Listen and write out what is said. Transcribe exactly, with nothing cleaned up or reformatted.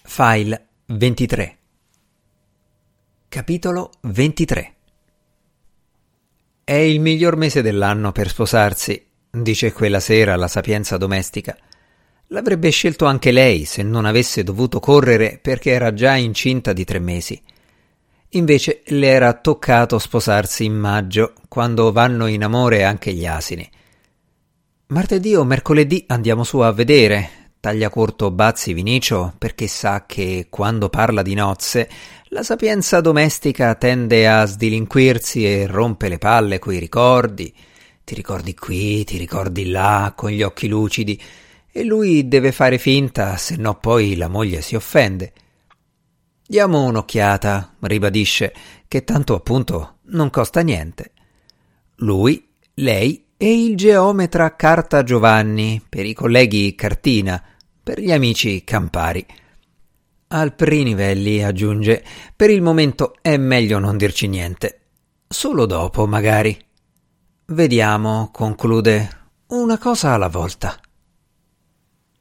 File ventitré. Capitolo ventitré. È il miglior mese dell'anno per sposarsi, dice quella sera la Sapienza domestica. L'avrebbe scelto anche lei se non avesse dovuto correre perché era già incinta di tre mesi. Invece le era toccato sposarsi in maggio, quando vanno in amore anche gli asini. Martedì o mercoledì andiamo su a vedere, taglia corto Bazzi Vinicio, perché sa che quando parla di nozze la sapienza domestica tende a sdilinquirsi e rompe le palle coi ricordi. Ti ricordi qui, ti ricordi là, con gli occhi lucidi, e lui deve fare finta, se no poi la moglie si offende. Diamo un'occhiata, ribadisce, che tanto appunto non costa niente. Lui, lei e il geometra Carta Giovanni, per i colleghi Cartina, per gli amici Campari. Al Prinivelli, aggiunge, per il momento è meglio non dirci niente. Solo dopo, magari. Vediamo, conclude, una cosa alla volta.